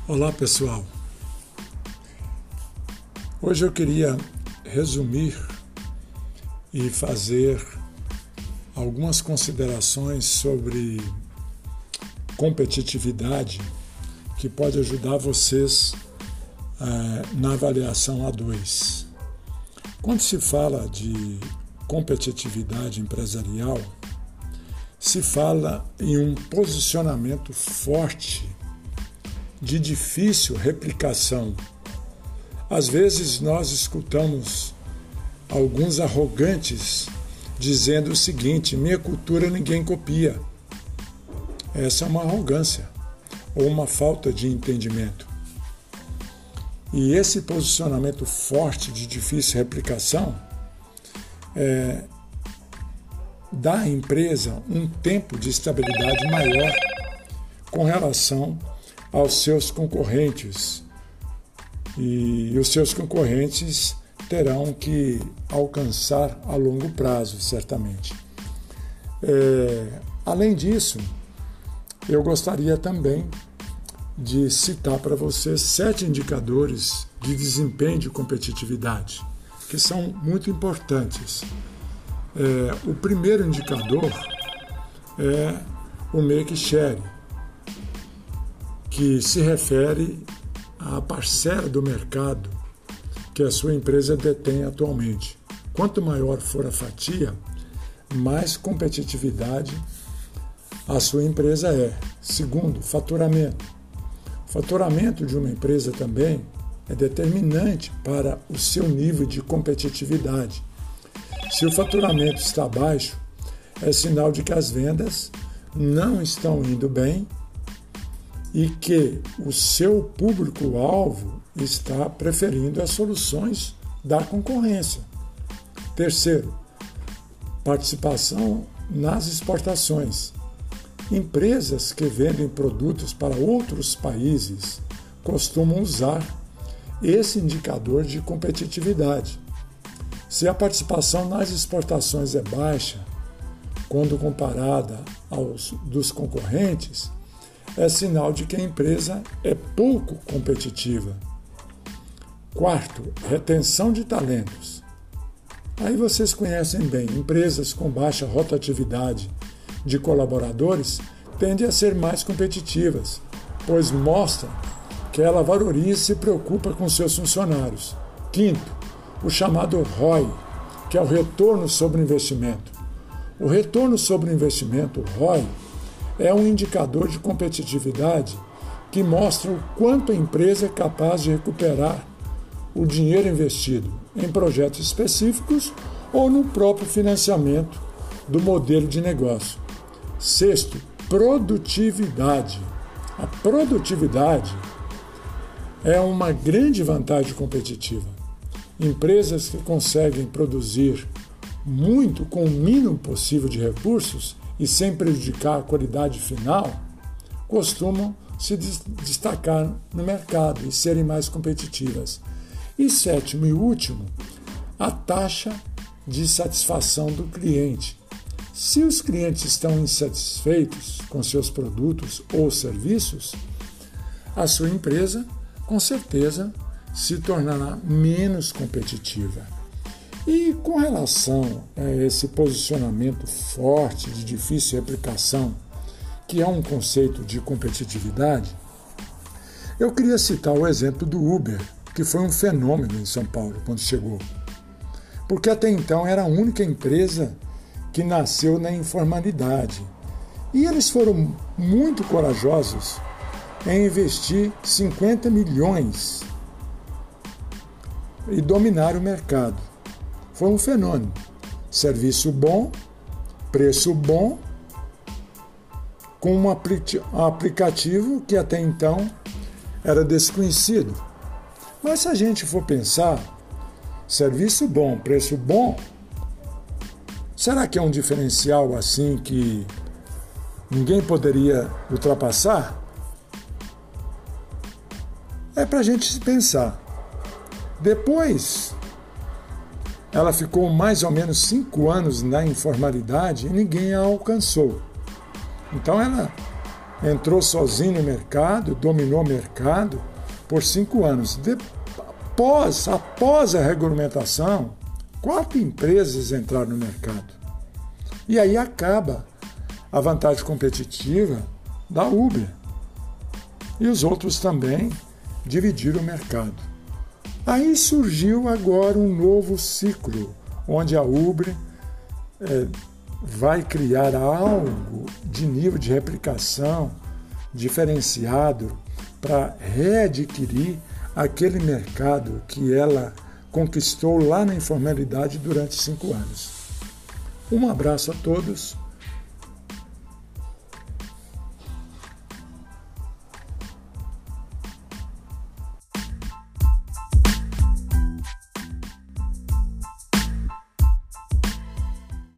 Olá, pessoal. Hoje eu queria resumir e fazer algumas considerações sobre competitividade que pode ajudar vocês na avaliação A2. Quando se fala de competitividade empresarial, se fala em um posicionamento forte de difícil replicação. Às vezes nós escutamos alguns arrogantes dizendo o seguinte: minha cultura ninguém copia. Essa é uma arrogância ou uma falta de entendimento. E esse posicionamento forte de difícil replicação dá à empresa um tempo de estabilidade maior com relação aos seus concorrentes, e os seus concorrentes terão que alcançar a longo prazo, certamente. Além disso, eu gostaria também de citar para vocês 7 indicadores de desempenho de competitividade, que são muito importantes. O primeiro indicador é o Market Share, que se refere à parcela do mercado que a sua empresa detém atualmente. Quanto maior for a fatia, mais competitividade a sua empresa é. Segundo, faturamento. O faturamento de uma empresa também é determinante para o seu nível de competitividade. Se o faturamento está baixo, é sinal de que as vendas não estão indo bem e que o seu público-alvo está preferindo as soluções da concorrência. Terceiro, participação nas exportações. Empresas que vendem produtos para outros países costumam usar esse indicador de competitividade. Se a participação nas exportações é baixa, quando comparada aos dos concorrentes, é sinal de que a empresa é pouco competitiva. Quarto, retenção de talentos. Aí vocês conhecem bem, empresas com baixa rotatividade de colaboradores tendem a ser mais competitivas, pois mostram que ela valoriza e se preocupa com seus funcionários. Quinto, o chamado ROI, que é o retorno sobre o investimento. O retorno sobre o investimento, o ROI, é um indicador de competitividade que mostra o quanto a empresa é capaz de recuperar o dinheiro investido em projetos específicos ou no próprio financiamento do modelo de negócio. Sexto, produtividade. A produtividade é uma grande vantagem competitiva. Empresas que conseguem produzir muito com o mínimo possível de recursos e sem prejudicar a qualidade final, costumam se destacar no mercado e serem mais competitivas. E sétimo e último, a taxa de satisfação do cliente. Se os clientes estão insatisfeitos com seus produtos ou serviços, a sua empresa, com certeza, se tornará menos competitiva. E com relação a esse posicionamento forte de difícil replicação, que é um conceito de competitividade, eu queria citar o exemplo do Uber, que foi um fenômeno em São Paulo quando chegou. Porque até então era a única empresa que nasceu na informalidade. E eles foram muito corajosos em investir 50 milhões e dominar o mercado. Foi um fenômeno. Serviço bom, preço bom, com um aplicativo que até então era desconhecido. Mas se a gente for pensar, serviço bom, preço bom, será que é um diferencial assim que ninguém poderia ultrapassar? É para a gente pensar. Depois, ela ficou mais ou menos 5 anos na informalidade e ninguém a alcançou. Então ela entrou sozinho no mercado, dominou o mercado por 5 anos. Após a regulamentação, 4 empresas entraram no mercado. E aí acaba a vantagem competitiva da Uber. E os outros também dividiram o mercado. Aí surgiu agora um novo ciclo, onde a Uber vai criar algo de nível de replicação diferenciado para readquirir aquele mercado que ela conquistou lá na informalidade durante 5 anos. Um abraço a todos.